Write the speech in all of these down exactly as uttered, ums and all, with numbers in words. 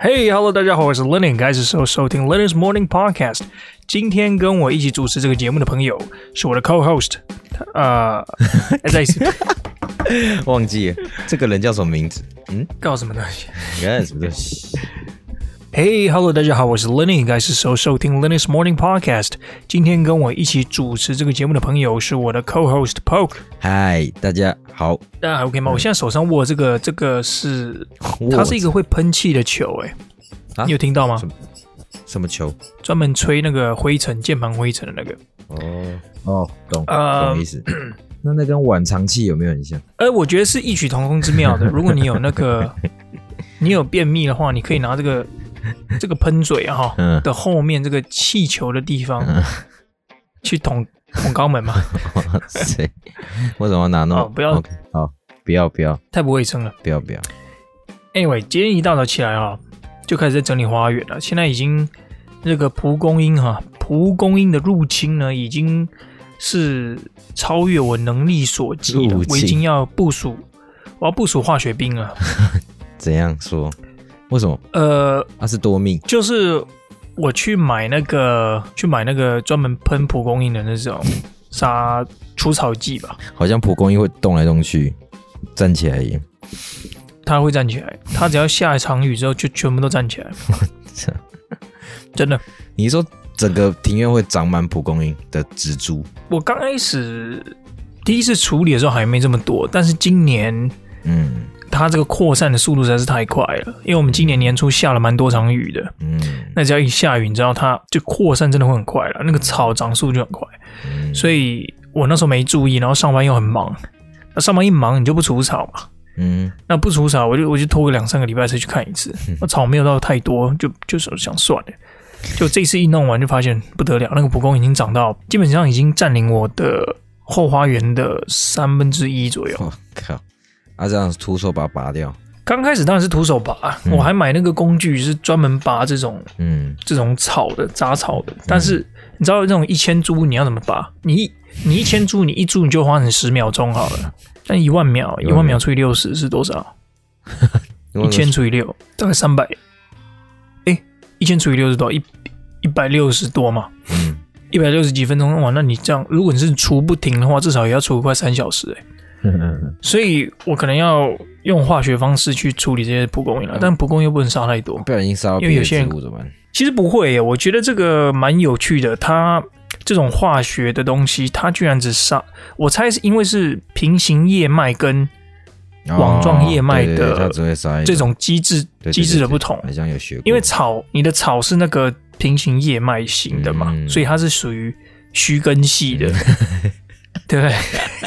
Hey, hello， 大家好，我是 Lenny， 开始收收听 Lenny's Morning Podcast。今天跟我一起主持这个节目的朋友是我的 co-host， 呃，再一次忘记了这个人叫什么名字？嗯， 搞什么东西？ 干什么东西？ Hey, hello， 大家好，我是 Lenny， 开始收收听 Lenny's Morning Podcast。今天跟我一起主持这个节目的朋友是我的 co-host Poke。 嗨，大家好， 大家还 OK 吗？我现在手上握这个，这个是它是一个会喷气的球、欸，哎、啊，你有听到吗？ 什么什么球？ 专门吹那个灰尘、键盘灰尘的那个。 哦哦，懂，呃、懂意思。那那跟晚长器有没有很像？ 呃，我觉得是异曲同工之妙的。如果你有那个，你有便秘的话，你可以拿这个这个喷嘴啊、嗯、的后面这个气球的地方、嗯、去捅捅肛门嘛。 哇塞！为什么要拿那么、 哦？不要， okay, 好，不要不要， 太不卫生了。 不要不要。 Anyway， 今天一大早起来啊，就开始在整理花园了。现在已经这个蒲公英哈、啊，蒲公英的入侵呢，已经是超越我能力所及了。我已经要部署，我要部署化学兵了。 怎样说？为什么？ 呃， 它、啊、是多命， 就是我去买那个，去买那个专门喷蒲公英的那种杀除草剂吧。 好像蒲公英会动来动去，站起来一样。 它会站起来，它只要下一场雨之后，就全部都站起来。真的？ 你说整个庭院会长满蒲公英的植株？ 我刚开始第一次处理的时候还没这么多，但是今年，嗯。它这个扩散的速度实在是太快了，因为我们今年年初下了蛮多场雨的，嗯，那只要一下雨，你知道它就扩散真的会很快了，那个草长速就很快，嗯，所以我那时候没注意，然后上班又很忙，那上班一忙你就不除草嘛，嗯，那不除草我就我就拖个两三个礼拜才去看一次，那草没有到太多，就就是想算了，就这次一弄完就发现不得了，那个蒲公英已经长到基本上已经占领我的后花园的三分之一左右， 我靠！啊，这样徒手把它拔掉。 刚开始当然是徒手拔、嗯，我还买那个工具是专门拔这种，嗯，这种草的杂草的。但是、嗯、你知道这种一千株你要怎么拔？你一你一千株，你一株你就花成十秒钟好了。但一万秒，一万秒除以六十是多少？一千除以六，大概三百。哎，一千除以六是多少？一一百六十多嘛。嗯，一百六十几分钟哇，那你这样，如果你是除不停的话，至少也要除快三小时哎、欸。所以我可能要用化学方式去处理这些蒲公英了，但蒲公英又不能杀太多， 不小心杀到别的植物怎么办？ 其实不会耶，我觉得这个蛮有趣的。它这种化学的东西，它居然只杀，我猜是因为是平行叶脉跟网状叶脉的这种机制机制的不同。 好像有学过， 因为草，你的草是那个平行叶脉型的嘛，嗯、所以它是属于须根系的，对不对？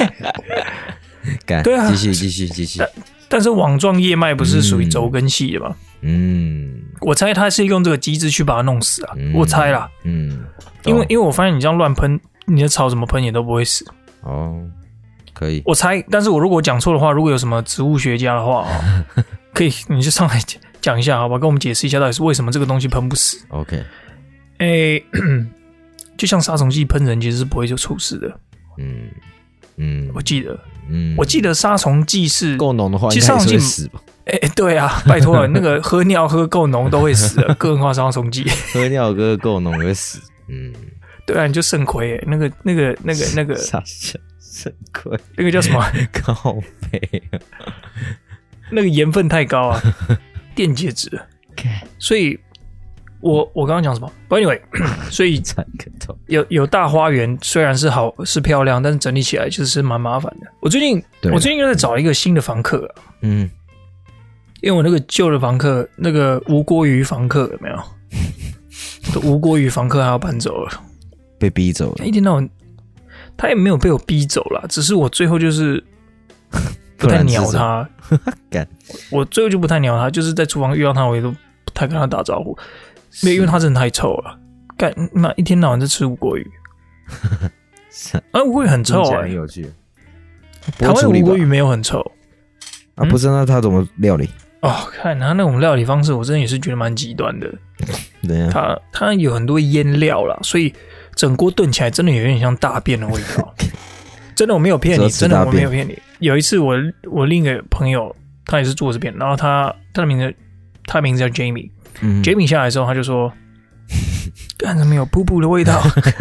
对啊， 继续继续继续。 但, 但是网状叶脉不是属于轴根系的吗？嗯，我猜他是用这个机制去把它弄死啊，嗯、我猜啦。嗯，因为因为我发现你这样乱喷，你的草怎么喷也都不会死。 哦，可以。 我猜，但是我如果讲错的话，如果有什么植物学家的话、哦，可以你就上来讲一下，好吧？跟我们解释一下到底是为什么这个东西喷不死。 OK， 哎，就像杀虫剂喷人其实是不会就出事的。嗯。嗯，我记得，嗯，我记得杀虫剂是够浓的话，应该是会死吧？ 哎、欸，对啊，拜托了，那个喝尿喝够浓都会死的，更何况杀虫剂。 喝尿喝够浓会死，嗯， 对啊，你就肾亏哎，那个那个那个那个啥肾肾亏， 那个叫什么？ 靠背， 那个盐分太高啊，电解质，所以。我我刚刚讲什么 ？But anyway， 所以有有大花园虽然是好是漂亮，但是整理起来就是蛮麻烦的。我最近我最近又在找一个新的房客、啊，嗯，因为我那个旧的房客那个无锅鱼房客有没有？无锅鱼房客还要搬走了， 被逼走了。 一天到晚他也没有被我逼走啦，只是我最后就是不太鸟他。我最后就不太鸟他，就是在厨房遇到他，我也都不太跟他打招呼。没有，因为它真的太臭了。干，那一天到晚在吃无锅鱼，啊，无锅鱼很臭哎、欸， 很有趣。 台湾的无锅鱼没有很臭啊，不是？那他怎么料理？ 哦，看他那种料理方式，我真的也是觉得蛮极端的。他他有很多腌料啦，所以整锅炖起来真的有点像大便的味道。真的，我没有骗你，真的我没有骗你。有一次我，我我另一个朋友，他也是做这边，然后他他的名字他的名字叫 Jamie。 嗯、Jamie 下来的时候，他就说：“干什么有噗噗的味道？”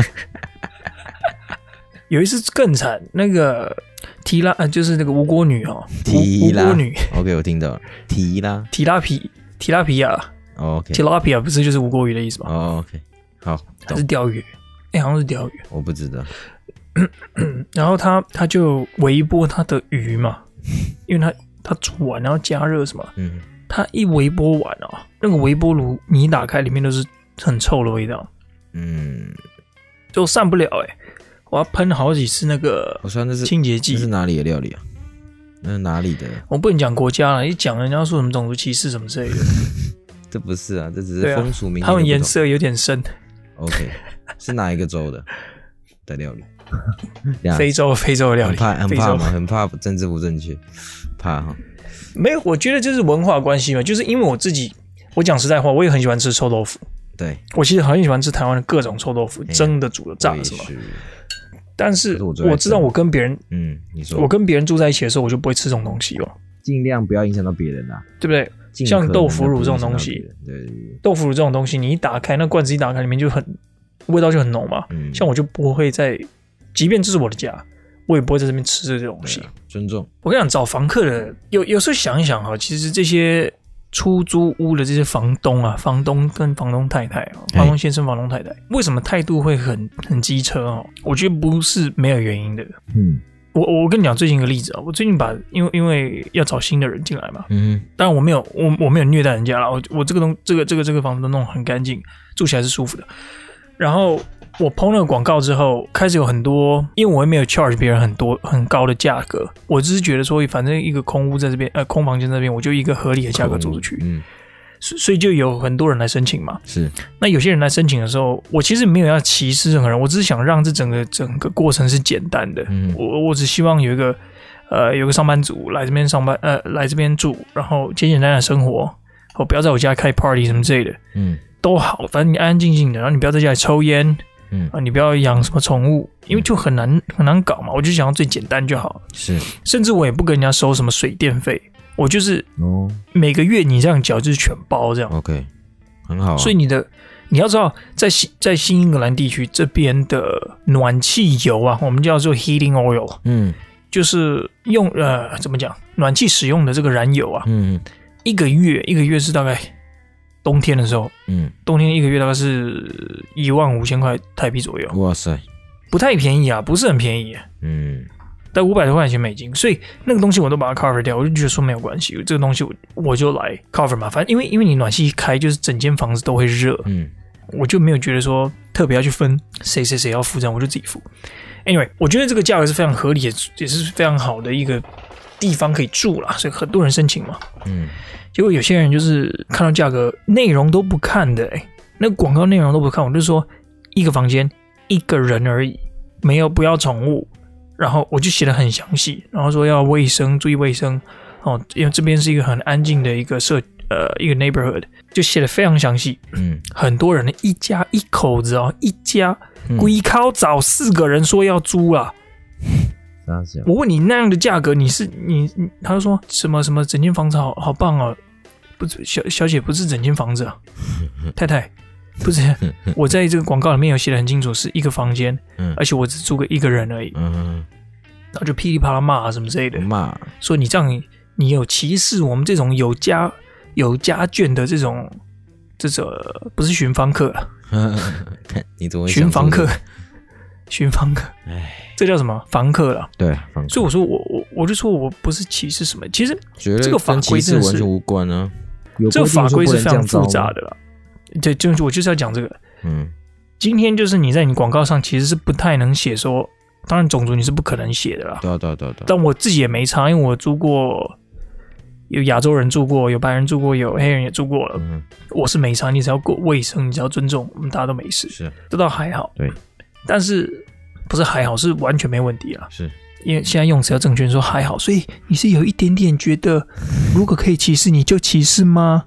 有一次更惨，那个提拉就是那个无锅女哦， 提拉无锅女。 OK， 我听到了，提拉提拉皮提拉皮亚。 哦、OK， 提拉皮亚不是就是无锅鱼的意思吗？ 哦 OK， 好， 还是鲷鱼？哎、欸，好像是鲷鱼， 我不知道。 然后他他就微波他的鱼嘛，因为他他煮完然后加热什么，嗯，他一微波完啊，那个微波炉你一打开里面都是很臭的味道，嗯，就散不了哎、欸。我要喷好几次那个清洁剂。 这是哪里的料理啊？那是哪里的？ 我不能讲国家了，一讲人家说什么种族歧视什么之类的。 这不是啊，这只是风俗民情、啊。 他们颜色有点深。 OK， 是哪一个州的的料理？ 非洲，非洲的料理。 很怕，很怕吗？很怕政治不正确，怕哈。 没有，我觉得这是文化关系嘛，就是因为我自己，我讲实在话，我也很喜欢吃臭豆腐。 对， 我其实很喜欢吃台湾的各种臭豆腐，蒸的、煮的、炸的什么。但是我知道我跟别人，嗯，你说我跟别人住在一起的时候，我就不会吃这种东西哦。 尽量不要影响到别人啦， 对不对？像豆腐乳这种东西，对，豆腐乳这种东西，你一打开那罐子一打开，里面就很味道就很浓嘛。嗯，像我就不会在，即便这是我的家，我也不会在这边吃这些东西。 尊重。 我跟你讲，找房客的有有时候想一想哈，其实这些出租屋的这些房东啊，房东跟房东太太啊，房东先生、房东太太，为什么态度会很很机车哦？我觉得不是没有原因的。嗯。我我跟你讲最近一个例子啊，我最近把因为因为要找新的人进来嘛，嗯，当然我没有我我没有虐待人家啦，我我这个东这个这个这个房子都弄很干净，住起来是舒服的。然后我 po 那个广告之后，开始有很多，因为我也没有 charge 别人很多很高的价格，我只是觉得说，反正一个空屋在这边，呃，空房间在这边，我就一个合理的价格租出去，嗯。所以就有很多人来申请嘛， 是。 那有些人来申请的时候，我其实没有要歧视任何人，我只是想让这整个整个过程是简单的。嗯，我我只希望有一个呃有个上班族来这边上班，呃来这边住，然后简简单单的生活，我不要在我家开 party 什么之类的，嗯，都好，反正你安安静静的，然后你不要在家里抽烟，嗯啊，你不要养什么宠物，因为就很难很难搞嘛，我就想要最简单就好。 是， 甚至我也不跟人家收什么水电费。我就是每个月你这样缴就是全包这样 ，OK， 很好、啊。 所以你的你要知道，在新在新英格兰地区这边的暖气油啊，我们叫做 heating oil， 嗯，就是用呃怎么讲，暖气使用的这个燃油啊，嗯，一个月一个月是大概冬天的时候，嗯，冬天一个月大概是一万五千块台币左右。 哇塞， 不太便宜啊，不是很便宜、啊，嗯。在五百多块钱美金，所以那个东西我都把它 cover 掉，我就觉得说没有关系，这个东西 我, 我就来 cover 嘛，反正因为因为你暖气一开，就是整间房子都会热，嗯，我就没有觉得说特别要去分谁谁谁要付这样，我就自己付。Anyway， 我觉得这个价格是非常合理，也是非常好的一个地方可以住啦，所以很多人申请嘛，嗯，结果有些人就是看到价格，内容都不看的、欸，那个广告内容都不看，我就说一个房间一个人而已，没有不要宠物。然后我就写得很详细，然后说要卫生，注意卫生哦，因为这边是一个很安静的一个社呃一个 neighborhood， 就写得非常详细。嗯，很多人一家一口子哦，一家龟靠找四个人说要租啦。 嗯、 我问你那样的价格，你是你你，他就说什么什么整间房子好好棒哦，不是小小姐不是整间房子啊，太太。不是，我在这个广告里面有写得很清楚，是一个房间，嗯、而且我只住个一个人而已，嗯、然后就噼里啪啦骂什么之类的， 骂说你这样你有歧视我们这种有家有家眷的这种这种不是寻房客啊， 你怎么会寻房客？寻房客，这叫什么房客啦？ 对，房客。 所以我说我我我就说我不是歧视什么，其实这个法规真的是完全无关啊， 这个法规是非常复杂的啦。对，就是我就是要讲这个。嗯，今天就是你在你广告上其实是不太能写说，当然种族你是不可能写的啦。 对对对对。 但我自己也没差，因为我住过，有亚洲人住过，有白人住过，有黑人也住过了。嗯，我是没差，你只要过卫生，你只要尊重，我们大家都没事。 是， 这倒还好。 对， 但是不是还好，是完全没问题啦。 是。 因为现在用词要正确说还好，所以你是有一点点觉得，如果可以歧视，你就歧视吗？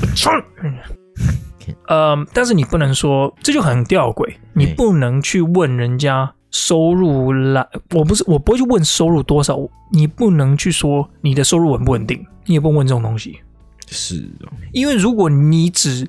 呃，但是你不能说，这就很吊诡，你不能去问人家收入来，我不是我不会去问收入多少，你不能去说你的收入稳不稳定，你也不能问这种东西。 是哦， 因为如果你只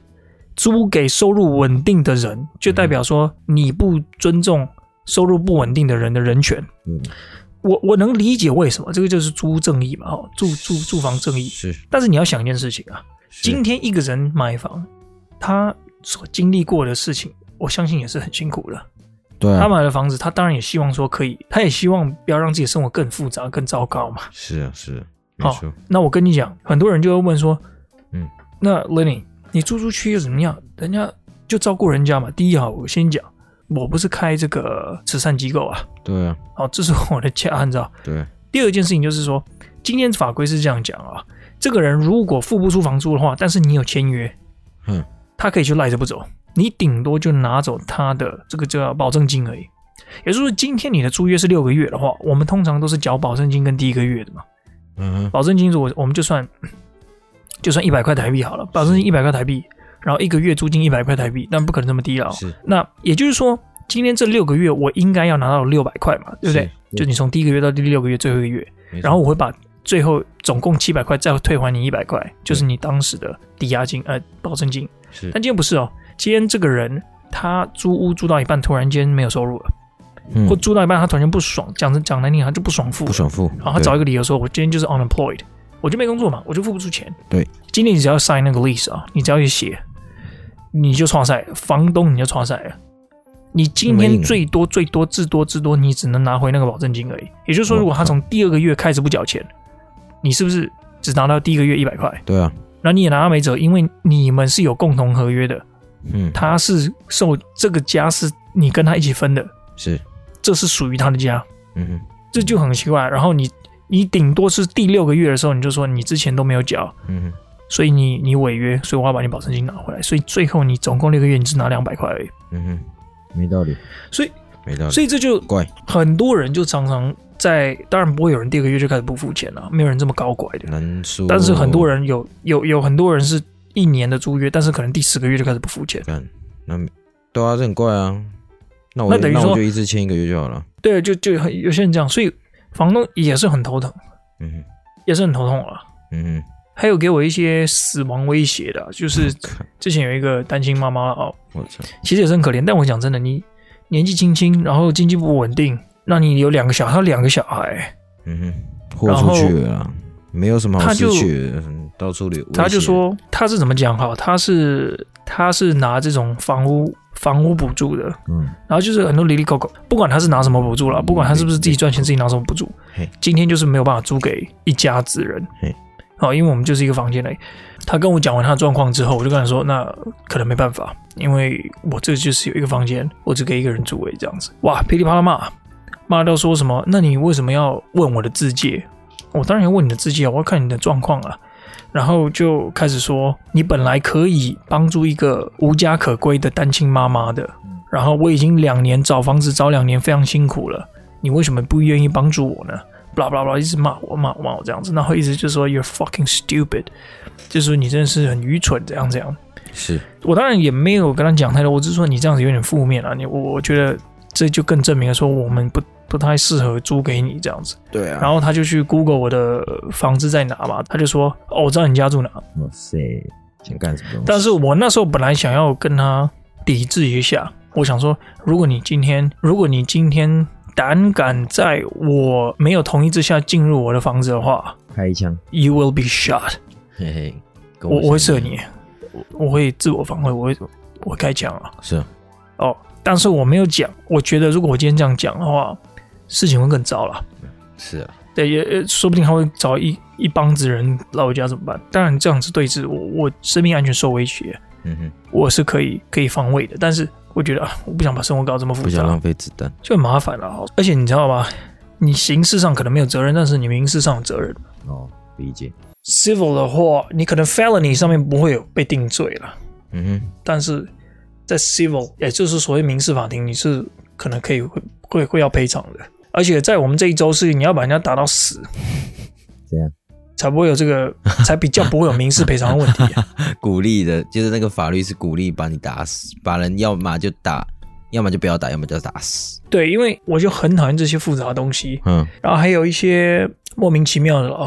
租给收入稳定的人，就代表说你不尊重收入不稳定的人的人权。嗯，我我能理解为什么，这个就是租屋正义嘛，哦，住住住房正义。 是， 但是你要想一件事情啊，今天一个人买房，他所经历过的事情，我相信也是很辛苦的。 对、啊， 他买了房子，他当然也希望说可以，他也希望不要让自己的生活更复杂、更糟糕嘛。 是啊，是，没错。 那我跟你讲，很多人就会问说， 嗯， 那 Lenny， 你租出去又怎么样？人家就照顾人家嘛。第一好，我先讲，我不是开这个慈善机构啊。 对啊。 好，这是我的家，你知道？ 对。 第二件事情就是说，今天法规是这样讲啊，这个人如果付不出房租的话，但是你有签约，嗯，他可以就赖着不走。你顶多就拿走他的这个叫保证金而已，也就是说，今天你的租约是六个月的话，我们通常都是缴保证金跟第一个月的嘛。嗯，保证金如果我们就算就算一百块台币好了，保证金一百块台币，然后一个月租金一百块台币，但不可能这么低了、哦。 是， 那也就是说，今天这六个月我应该要拿到六百块嘛，对不对？就你从第一个月到第六个月最后一个月，然后我会把最后总共七百块再退还你一百块，就是你当时的抵押金呃保证金。 是， 但今天不是哦。今天这个人他租屋租到一半突然间没有收入了、嗯、或租到一半他突然间不爽，讲讲难听他就不爽付不爽付， 然后他找一个理由说我今天就是 unemployed， 我就没工作嘛，我就付不出钱。 对， 今天你只要 sign 那个 lease 啊，你只要去写你就创赛，房东你就创赛了。你今天最多最多至多至多你只能拿回那个保证金而已，也就是说如果他从第二个月开始不缴钱，你是不是只拿到第一个月一百块？ 对啊， 然后你也拿到没辙，因为你们是有共同合约的。嗯，他是受这个家是你跟他一起分的， 是， 这是属于他的家， 嗯哼， 这就很奇怪。然后你你顶多是第六个月的时候，你就说你之前都没有缴，嗯哼，所以你你违约，所以我要把你保证金拿回来，所以最后你总共六个月你只拿两百块而已， 嗯哼，没道理， 所以没道理， 所以这就怪很多人就常常在，当然不会有人第二个月就开始不付钱了，没有人这么高拐的， 难说， 但是很多人有有有很多人是。一年的租约，但是可能第十个月就开始不付钱。 那对啊，这很怪啊。那我那等于说， 那我就一次签一个月就好了。 对，就就有些人这样，所以房东也是很头疼，嗯哼，也是很头痛了，嗯哼。还有给我一些死亡威胁的，就是之前有一个单亲妈妈哦，我操，其实也是很可怜。但我讲真的，你年纪轻轻，然后经济不稳定，那你有两个小孩，他有两个小孩， 嗯哼，豁出去了啦。没有什么好失去的，到处流。 他就说他是怎么讲哈？他是他是拿这种房屋房屋补助的，嗯，然后就是很多里里口口，不管他是拿什么补助啦，不管他是不是自己赚钱自己拿什么补助，今天就是没有办法租给一家子人，好，因为我们就是一个房间而已。他跟我讲完他的状况之后，我就跟他说，那可能没办法，因为我这就是有一个房间，我只给一个人住而已，这样子。哇，噼里啪啦骂，骂到说什么？那你为什么要问我的自介？我当然要问你的自介，我要看你的状况啊。然后就开始说，你本来可以帮助一个无家可归的单亲妈妈的，然后我已经两年找房子找两年非常辛苦了，你为什么不愿意帮助我呢？ blah blah blah 一直骂我骂我骂我这样子，然后一直就说 you're fucking stupid， 就是说你真的是很愚蠢这样这样。 是我当然也没有跟他讲太多，我只是说你这样子有点负面啊，你我我觉得这就更证明了说我们不不太适合租给你这样子。 对啊。 然后他就去 Google 我的房子在哪嘛，他就说哦，我知道你家住哪。 哇塞，想干什么东西？ 但是我那时候本来想要跟他抵制一下，我想说，如果你今天，如果你今天胆敢在我没有同意之下进入我的房子的话， 开一枪 ，You will be shot。 嘿嘿， 我我会射你，我我会自我防卫，我会我会开枪啊。 是啊。 哦，但是我没有讲，我觉得如果我今天这样讲的话，事情会更糟了。 是啊。 对，也说不定他会找一一帮子人来我家怎么办？当然这样子对峙，我我生命安全受威胁，嗯哼，我是可以可以防卫的。但是我觉得啊，我不想把生活搞这么复杂， 不想浪费子弹， 就很麻烦了。而且你知道吗？你刑事上可能没有责任，但是你民事上有责任。 哦，理解。 Civil 的话，你可能 felony 上面不会有被定罪了，嗯哼，但是在 Civil， 也就是所谓民事法庭，你是可能可以会会会要赔偿的。而且在我们这一周是你要把人家打到死， 这样才不会有这个，才比较不会有民事赔偿的问题、啊。 鼓励的，就是那个法律是鼓励把你打死，把人要么就打，要么就不要打，要么就打死。 对，因为我就很讨厌这些复杂的东西，嗯，然后还有一些莫名其妙的哈，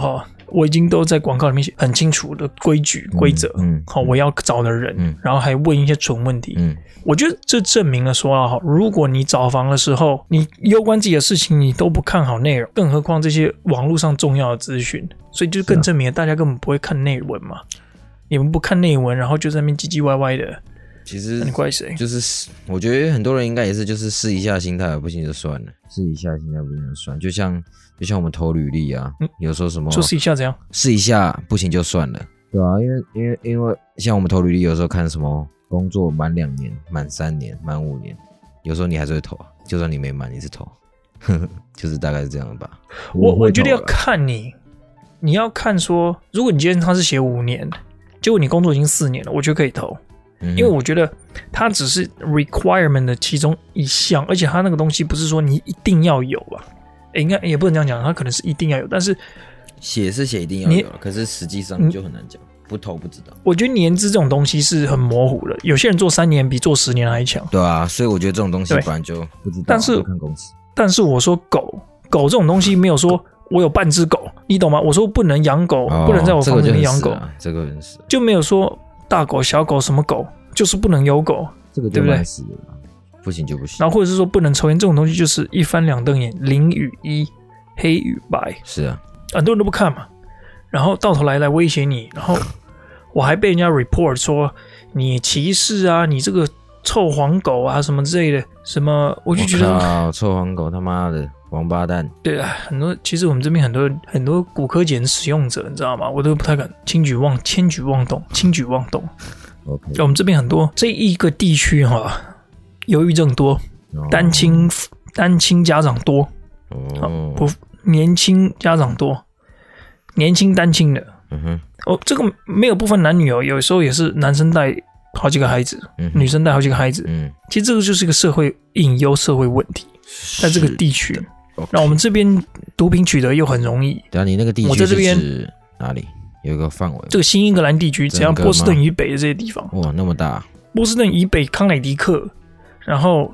我已经都在广告里面写很清楚的规矩规则，嗯，好、嗯，我要找的人、嗯，然后还问一些蠢问题，嗯，我觉得这证明了说啊，如果你找房的时候，你攸关自己的事情你都不看好内容，更何况这些网络上重要的资讯，所以就更证明了大家根本不会看内文嘛。你们不看内文，然后就在那边唧唧歪歪的， 其实你怪谁？ 就是我觉得很多人应该也是就是试一下心态，不行就算了，试一下心态不行就算，就像就像我们投履历啊，嗯、有时候什么说试一下怎样？ 试一下不行就算了，对啊，因为因为因为像我们投履历，有时候看什么工作满两年、满三年、满五年，有时候你还是会投，就算你没满，你是投，呵呵，就是大概是这样吧。 我我觉得要看你，你要看说，如果你今天他是写五年。结果你工作已经四年了，我觉得可以投，嗯、因为我觉得它只是 requirement 的其中一项，而且它那个东西不是说你一定要有吧？应该也不能这样讲，它可能是一定要有，但是写是写一定要有，可是实际上就很难讲，不投不知道。 我觉得年资这种东西是很模糊的，有些人做三年比做十年还强。 对啊，所以我觉得这种东西本来就不知道， 但是看公司。 但是我说狗狗这种东西没有说。我有半只狗，你懂吗？我说不能养狗，哦、不能在我房子里养狗， 这个很死、啊， 就没有说大狗、小狗什么狗，就是不能有狗， 这个就蛮死的了，不行就不行。 然后或者是说不能抽烟，这种东西就是一翻两瞪眼，零与一，黑与白。 是啊， 很多人都不看嘛，然后到头来来威胁你，然后我还被人家 report 说你歧视啊，你这个臭黄狗啊什么之类的，什么我就觉得， 靠，臭黄狗他妈的。王八蛋， 对啊，很多其实我们这边很多很多骨科碱使用者，你知道吗？我都不太敢轻举妄轻举妄动，轻举妄动。 OK， 我们这边很多这一个地区哈，忧郁症多，哦、单亲单亲家长多，哦，不年轻家长多，年轻单亲的，嗯哼，哦，这个没有不分男女哦，有时候也是男生带好几个孩子，嗯、女生带好几个孩子，嗯，其实这个就是一个社会隐忧社会问题，在这个地区。Okay. 那我们这边毒品取得又很容易。 对啊，你那个地区是指哪里？有一个范围。 这个新英格兰地区，只要波士顿以北的这些地方。 哇，那么大！ 波士顿以北，康乃狄克，然后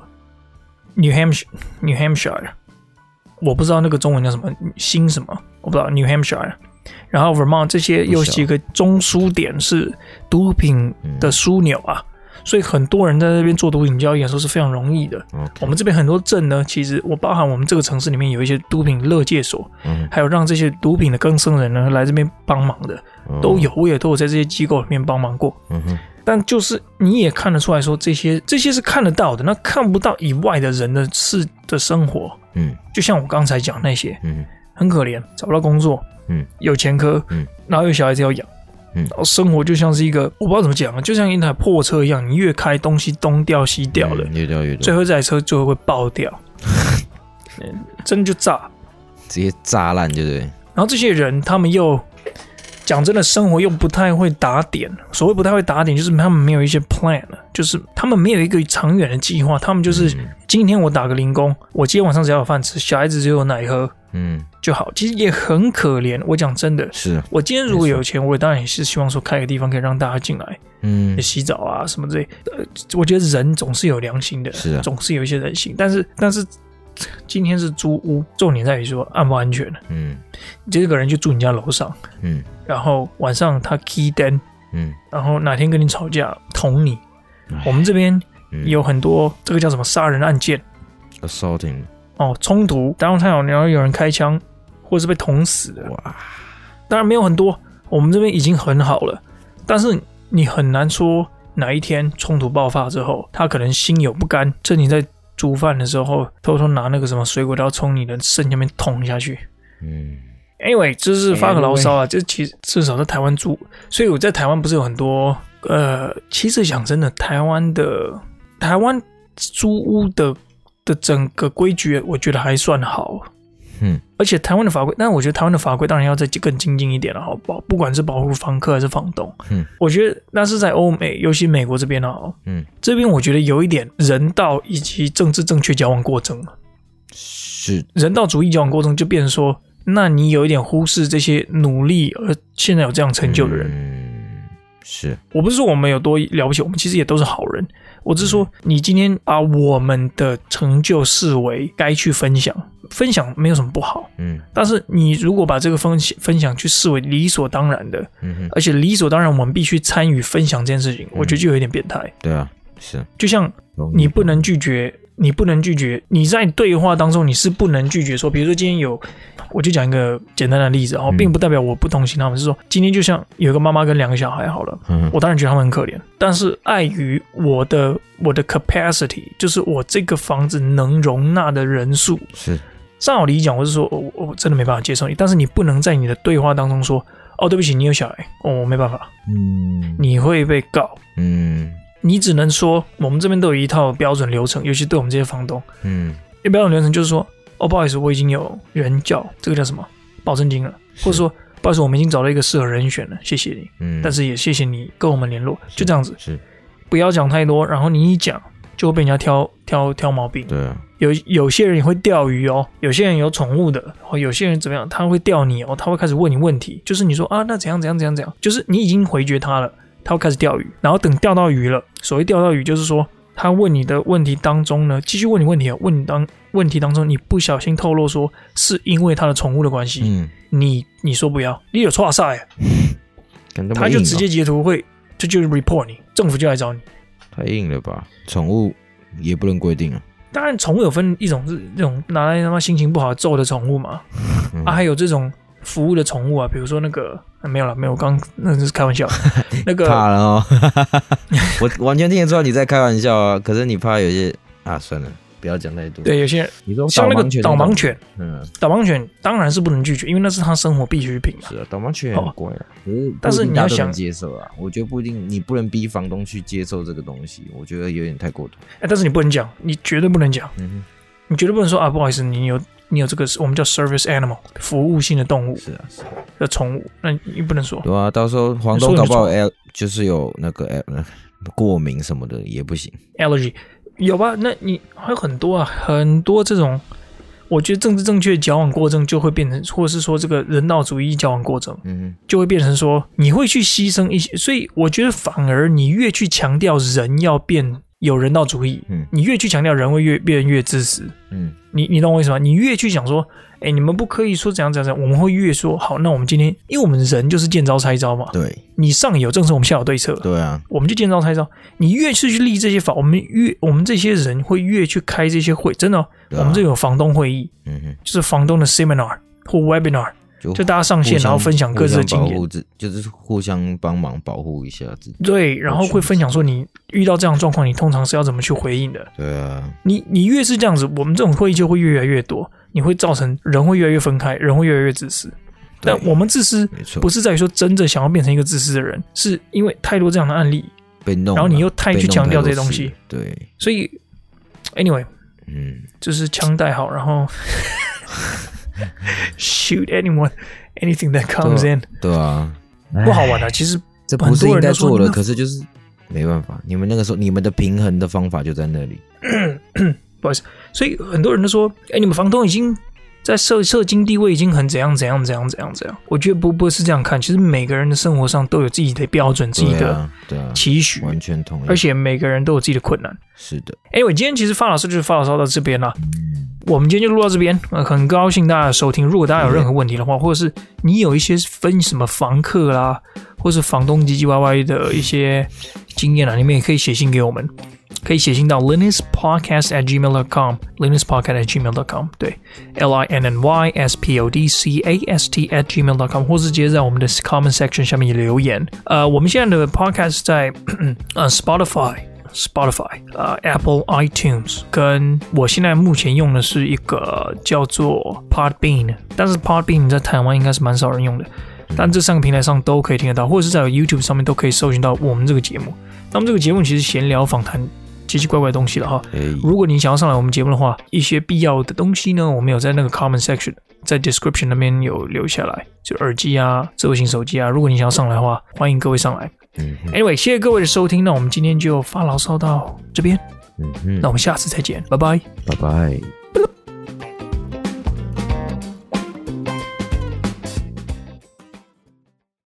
New Hampshire， New Hampshire， 我不知道那个中文叫什么，新什么，我不知道 New Hampshire。然后 Vermont 这些有几个中枢点是毒品的枢纽啊。嗯，所以很多人在这边做毒品交易的时候是非常容易的。Okay. 我们这边很多镇呢，其实我包含我们这个城市里面有一些毒品勒戒所，嗯、还有让这些毒品的更生人呢来这边帮忙的，嗯、都有，我也都有在这些机构里面帮忙过。嗯、但就是你也看得出来说，这些这些是看得到的，那看不到以外的人的事的生活，嗯，就像我刚才讲那些，嗯，很可怜，找不到工作，嗯，有前科，嗯，然后有小孩子要养。嗯，然后生活就像是一个我不知道怎么讲啊，就像一台破车一样，你越开东西东掉西掉的，嗯、越掉越多，最后这台车最后会爆掉，嗯、真的就炸， 直接炸烂，对不对？ 然后这些人他们又讲真的，生活又不太会打点。所谓不太会打点，就是他们没有一些 plan， 就是他们没有一个长远的计划。他们就是、嗯、今天我打个零工，我今天晚上只要有饭吃，小孩子只有奶喝。嗯，就好，其实也很可怜。我讲真的， 是我今天如果有钱，我当然也是希望说开个地方可以让大家进来，嗯，洗澡啊什么之类。呃，我觉得人总是有良心的， 是啊， 总是有一些人性。但是，但是今天是租屋，重点在于说安不安全。嗯，这个人就住你家楼上，嗯，然后晚上他 key 灯，嗯，然后哪天跟你吵架捅你。我们这边有很多、嗯、这个叫什么杀人案件 ，assaulting。 哦，冲突，当然有，然后有人开枪，或者是被捅死的。哇，当然没有很多，我们这边已经很好了。但是你很难说哪一天冲突爆发之后，他可能心有不甘，趁你在煮饭的时候，偷偷拿那个什么水果刀从你的肾下面捅下去。嗯 ，anyway， 这是发个牢骚啊。这其实至少在台湾住，所以我在台湾不是有很多呃，其实讲真的，台湾的台湾租屋的。的整个规矩我觉得还算好，嗯，而且台湾的法规，但我觉得台湾的法规当然要再更精进一点了，好保不管是保护房客还是房东，嗯，我觉得那是在欧美，尤其美国这边啊，嗯，这边我觉得有一点人道以及政治正确矫枉过正了， 是人道主义矫枉过正，就变成说，那你有一点忽视这些努力而现在有这样成就的人，嗯， 是， 我不是说我们有多了不起，我们其实也都是好人。我只是说，你今天把我们的成就视为该去分享，分享没有什么不好，嗯。但是你如果把这个分享分享去视为理所当然的，嗯，而且理所当然我们必须参与分享这件事情，嗯，我觉得就有点变态。 对啊，是。 就像你不能拒绝，你不能拒绝，你在对话当中你是不能拒绝说，比如说今天有。我就讲一个简单的例子，哦，并不代表我不同情他们，是说今天就像有一个妈妈跟两个小孩好了，嗯，我当然觉得他们很可怜，但是碍于我的我的 capacity， 就是我这个房子能容纳的人数，是照道理讲，我是说，我、哦、我真的没办法接受你，但是你不能在你的对话当中说，哦，对不起，你有小孩，哦，我没办法，嗯，你会被告，嗯，你只能说我们这边都有一套标准流程，尤其对我们这些房东，嗯，标准流程就是说。哦，不好意思，我已经有人叫这个叫什么保证金了，或者说不好意思，我们已经找到一个适合人选了，谢谢你，嗯，但是也谢谢你跟我们联络，就这样子，是，不要讲太多，然后你一讲就会被人家挑挑挑毛病，对啊，有有些人也会钓鱼哦，有些人有宠物的，或有些人怎么样，他会钓你哦，他会开始问你问题，就是你说啊，那怎样怎样怎样怎样，就是你已经回绝他了，他会开始钓鱼，然后等钓到鱼了，所谓钓到鱼就是说。他问你的问题当中呢，继续问你问题，问你当问题当中，你不小心透露说是因为他的宠物的关系，嗯，你你说不要，你有错赛，他就直接截图会，这就是 report 你，政府就来找你， 太硬了吧？宠物也不能规定啊。 当然，宠物有分一种是那种拿来他妈心情不好揍的宠物嘛，嗯、啊，还有这种服务的宠物啊，比如说那个。啊、没有了，没有，刚那是开玩笑。那个怕了哦，我完全听得出来你在开玩笑啊。可是你怕有些啊，算了，不要讲太多。 对，有些人你说像那个导盲犬，嗯，导盲犬当然是不能拒绝，因为那是他生活必需品嘛。 是啊，导盲犬很贵啊，可是但是你要想接受啊，我觉得不一定，你不能逼房东去接受这个东西，我觉得有点太过头。 哎，但是你不能讲，你绝对不能讲，嗯，你绝对不能说啊，不好意思，你有。你有这个我们叫 service animal 服务性的动物，是啊，是的宠物，那你不能说。 对啊，到时候房东搞不好 L 就是有那个 L 过敏什么的也不行。 allergy 有吧？那你还有很多啊，很多这种，我觉得政治正确矫枉过正就会变成，或者是说这个人道主义矫枉过正，嗯，就会变成说你会去牺牲一些，所以我觉得反而你越去强调人要变。有人道主义，嗯，你越去强调人会越变越自私，嗯，你你懂我意思吗？你越去想说，哎，你们不可以说怎样怎样怎样，我们会越说好。那我们今天，因为我们人就是见招拆招嘛， 对， 你上有政策，我们下有对策， 对啊， 我们就见招拆招。你越是去立这些法，我们越我们这些人会越去开这些会，真的、哦啊，我们这有房东会议，嗯哼，就是房东的 seminar 或 webinar。就, 就大家上线，然后分享各自的经验， 就是互相帮忙保护一下自己。 对，然后会分享说你遇到这样的状况，你通常是要怎么去回应的。 对啊， 你你越是这样子，我们这种会议就会越来越多，你会造成人会越来越分开，人会越来越自私。但我们自私不是在于说真的想要变成一个自私的人，是因为太多这样的案例被弄， 然后你又太去强调这些东西。 对， 所以 anyway， 嗯，就是枪带好，然后。Shoot anyone, anything that comes in。 对啊， 不好玩的、啊。其实这不是应该做的，可是就是没办法。你们那个时候，你们的平衡的方法就在那里。 不好意思，所以很多人都说：“哎，你们房东已经在社社经地位已经很怎样怎样怎样怎样怎样。”我觉得不不是这样看，其实每个人的生活上都有自己的标准、自己的期许， 完全同意。 而且每个人都有自己的困难。 是的。 Anyway， 今天其实发老师就是发老师到这边啦。我们今天就录到这边、呃，很高兴大家的收听。如果大家有任何问题的话，或者是你有一些分什么房客啦，或是房东唧唧歪歪的一些经验啊，你们也可以写信给我们，可以写信到 linus podcast at gmail dot com linus podcast at gmail dot com 对 L I N N Y S P O D C A S T at gmail dot com 或是直接在我们的 comment section 下面留言。呃，我们现在的 podcast 在呃 Spotify。Spotify、呃、Apple iTunes， 跟我现在目前用的是一个叫做 Podbean， 但是 Podbean 在台湾应该是蛮少人用的，但这三个平台上都可以听得到，或者是在 YouTube 上面都可以搜寻到我们这个节目。那么这个节目其实闲聊访谈奇奇怪怪的东西了哈。如果你想要上来我们节目的话，一些必要的东西呢，我们有在那个 comment section， 在 description 那边有留下来，就耳机啊、智慧型手机啊，如果你想要上来的话，欢迎各位上来。Anyway， 谢谢各位的收听，那我们今天就发牢骚到这边，嗯、那我们下次再见，拜拜， 拜拜。